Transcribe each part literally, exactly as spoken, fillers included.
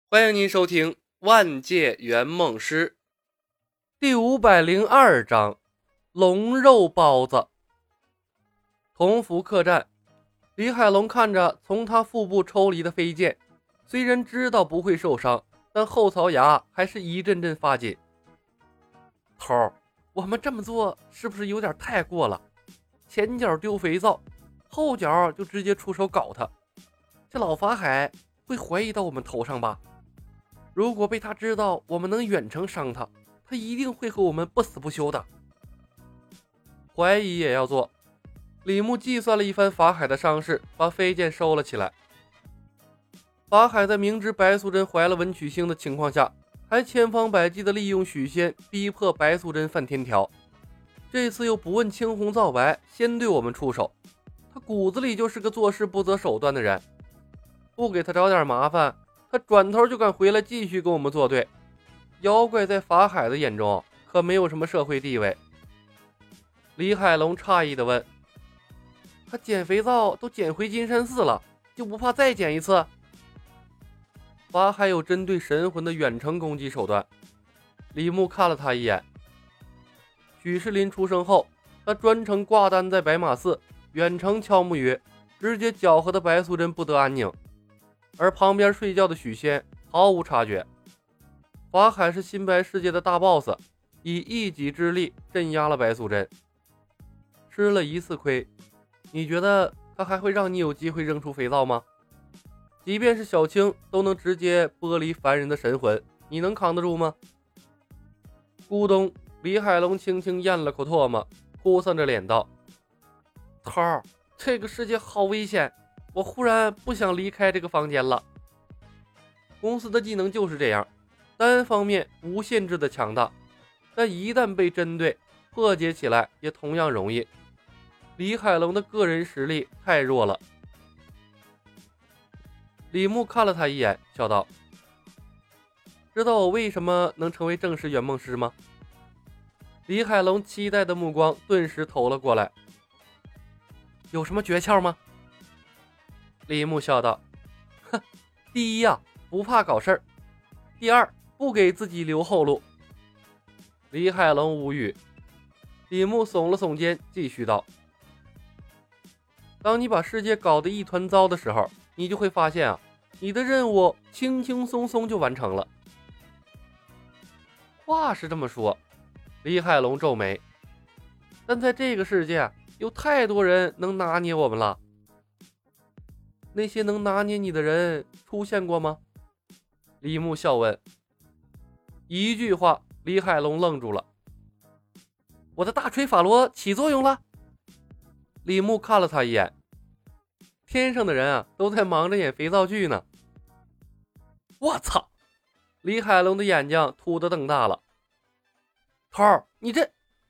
欢迎您收听《万界圆梦师》第五百零二章龙肉包子。同福客栈，李海龙看着从他腹部抽离的飞剑，虽然知道不会受伤，但后槽牙还是一阵阵发紧。头儿，我们这么做是不是有点太过了？前脚丢肥皂，后脚就直接出手搞他，这老法海会怀疑到我们头上吧？如果被他知道我们能远程伤他，他一定会和我们不死不休的。怀疑也要做。李牧计算了一番法海的伤势，把飞剑收了起来。法海在明知白素贞怀了文曲星的情况下，还千方百计地利用许仙逼迫白素贞犯天条，这次又不问青红皂白，先对我们出手，他骨子里就是个做事不择手段的人，不给他找点麻烦，他转头就敢回来继续跟我们作对。妖怪在法海的眼中可没有什么社会地位。李海龙诧异地问，他捡肥皂都捡回金山寺了，就不怕再捡一次？法海有针对神魂的远程攻击手段。李牧看了他一眼。许世林出生后，他专程挂单在白马寺，远程敲木鱼，直接搅和的白素贞不得安宁，而旁边睡觉的许仙毫无察觉。法海是新白世界的大 boss， 以一己之力镇压了白素贞。吃了一次亏，你觉得他还会让你有机会扔出肥皂吗？即便是小青都能直接剥离凡人的神魂，你能扛得住吗？咕咚，李海龙轻轻咽了口唾沫，哭丧着脸道，头儿，这个世界好危险，我忽然不想离开这个房间了。公司的技能就是这样，单方面无限制的强大，但一旦被针对，破解起来也同样容易。李海龙的个人实力太弱了。李牧看了他一眼，笑道，知道我为什么能成为正式圆梦师吗？李海龙期待的目光顿时投了过来。有什么诀窍吗？李牧笑道，哼，第一呀、啊，不怕搞事儿；第二，不给自己留后路。李海龙无语。李牧耸了耸肩，继续道，当你把世界搞得一团糟的时候，你就会发现啊，你的任务轻轻松松就完成了。话是这么说，李海龙皱眉，但在这个世界有太多人能拿捏我们了。那些能拿捏你的人出现过吗？李牧笑问。一句话，李海龙愣住了。我的大锤法罗起作用了。李牧看了他一眼，天上的人啊，都在忙着演肥皂剧呢。我操！李海龙的眼睛突得瞪大了。头儿，你这……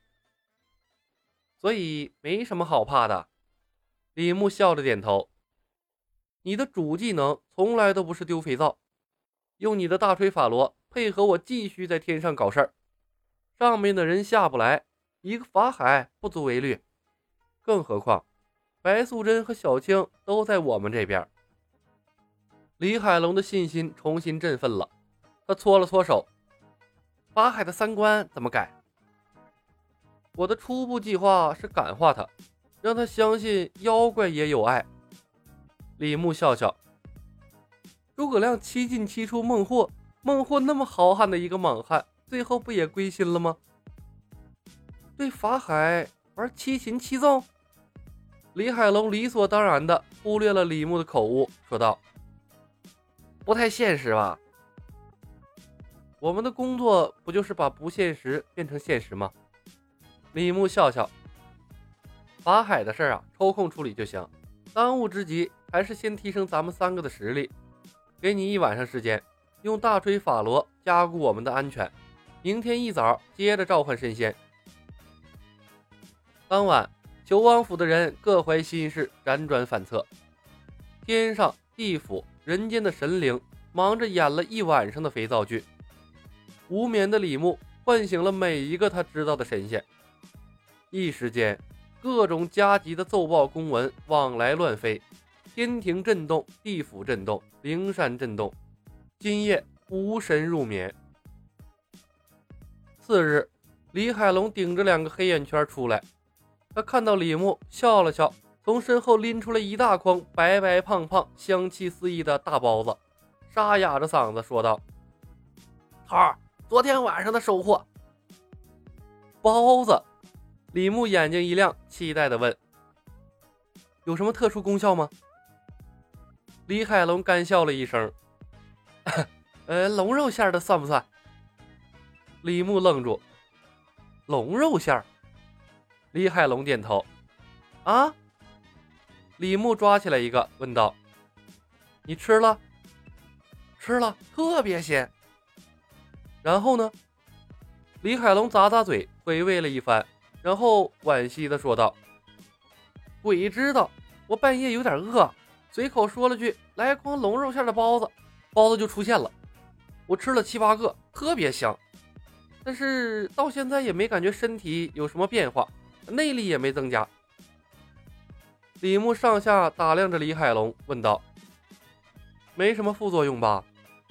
所以没什么好怕的。李牧笑着点头。你的主技能从来都不是丢肥皂，用你的大锤法罗配合我继续在天上搞事儿，上面的人下不来，一个法海不足为虑。更何况白素贞和小青都在我们这边。李海龙的信心重新振奋了，他搓了搓手，法海的三观怎么改？我的初步计划是感化他，让他相信妖怪也有爱。李牧笑笑，诸葛亮七进七出孟获，孟获那么豪悍的一个莽汉，最后不也归心了吗？对法海玩七擒七纵？李海龙理所当然的忽略了李牧的口误，说道，不太现实吧？我们的工作不就是把不现实变成现实吗？李牧笑笑，法海的事啊，抽空处理就行，当务之急还是先提升咱们三个的实力。给你一晚上时间，用大锤法罗加固我们的安全，明天一早接着召唤神仙。当晚，求王府的人各怀心事，辗转反侧，天上、地府、人间的神灵忙着演了一晚上的肥皂剧。无眠的李牧唤醒了每一个他知道的神仙。一时间，各种加急的奏报公文往来乱飞，天庭震动，地府震动，灵山震动， 今夜无神入眠。次日，李海龙顶着两个黑眼圈出来，他看到李牧笑了笑，从身后拎出了一大筐白白胖胖香气四溢的大包子，沙哑着嗓子说道：头儿，昨天晚上的收获。包子？李牧眼睛一亮，期待地问：有什么特殊功效吗？李海龙干笑了一声：呃，龙肉馅的算不算？李牧愣住：龙肉馅？李海龙点头：啊？李牧抓起来一个问道：你吃了？吃了，特别鲜。然后呢？李海龙咂咂嘴，回味了一番，然后惋惜地说道：鬼知道，我半夜有点饿，随口说了句来筐龙肉馅的包子，包子就出现了。我吃了七八个，特别香，但是到现在也没感觉身体有什么变化，内力也没增加。李牧上下打量着李海龙问道：没什么副作用吧？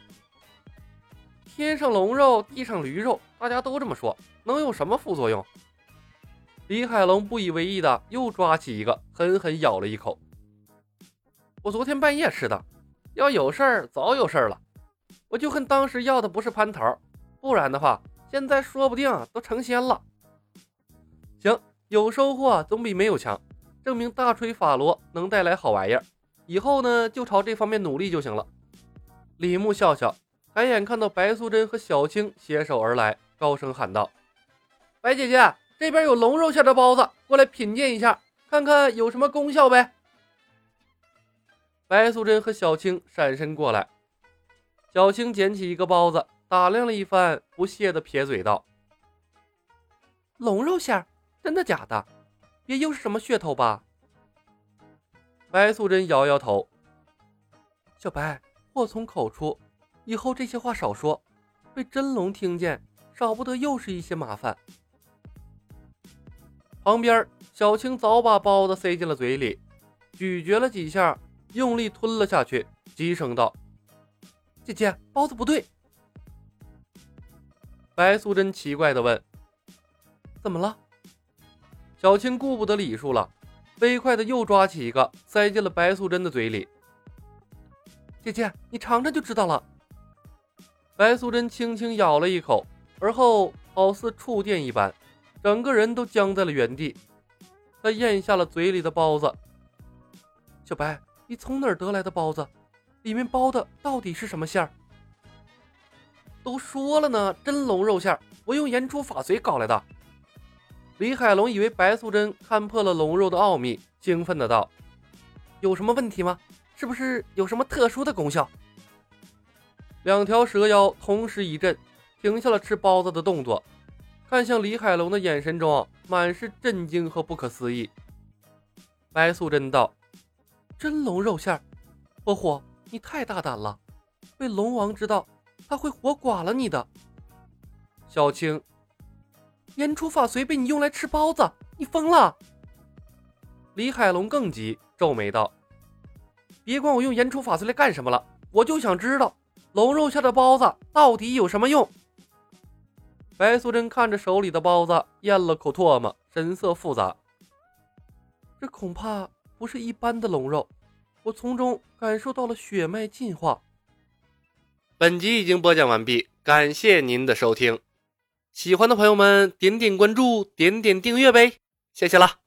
天上龙肉地上驴肉，大家都这么说，能有什么副作用？李海龙不以为意的又抓起一个狠狠咬了一口。我昨天半夜吃的，要有事儿早有事儿了，我就恨当时要的不是蟠桃，不然的话现在说不定都成仙了。行，有收获总比没有强，证明大锤法罗能带来好玩意儿，以后呢就朝这方面努力就行了。李牧笑笑，抬眼看到白素贞和小青携手而来，高声喊道：白姐姐，这边有龙肉馅的包子，过来品鉴一下，看看有什么功效呗。白素贞和小青闪身过来，小青捡起一个包子，打量了一番，不屑地撇嘴道：龙肉馅？真的假的？别又是什么噱头吧？白素贞摇摇头：小白，祸从口出，以后这些话少说，被真龙听见，少不得又是一些麻烦。旁边小青早把包子塞进了嘴里，咀嚼了几下，用力吞了下去，急声道：姐姐，包子不对。白素贞奇怪地问：怎么了？小青顾不得礼数了，飞快地又抓起一个塞进了白素贞的嘴里。姐姐，你尝尝就知道了。白素贞轻轻咬了一口，而后好似触电一般，整个人都僵在了原地。她咽下了嘴里的包子。小白，你从哪儿得来的包子？里面包的到底是什么馅儿？都说了呢，真龙肉馅儿，我用盐出法髓搞来的。李海龙以为白素贞看破了龙肉的奥秘，兴奋的道：有什么问题吗？是不是有什么特殊的功效？两条蛇妖同时一震，停下了吃包子的动作，看向李海龙的眼神中满是震惊和不可思议。白素贞道：真龙肉馅儿，火火，你太大胆了，被龙王知道他会活剐了你的。小青：盐出法髓被你用来吃包子，你疯了！李海龙更急，皱眉道：别管我用盐出法髓来干什么了，我就想知道龙肉馅的包子到底有什么用。白素贞看着手里的包子，咽了口唾沫，神色复杂。这恐怕不是一般的龙肉，我从中感受到了血脉进化。本集已经播讲完毕，感谢您的收听。喜欢的朋友们点点关注，点点订阅呗，谢谢了。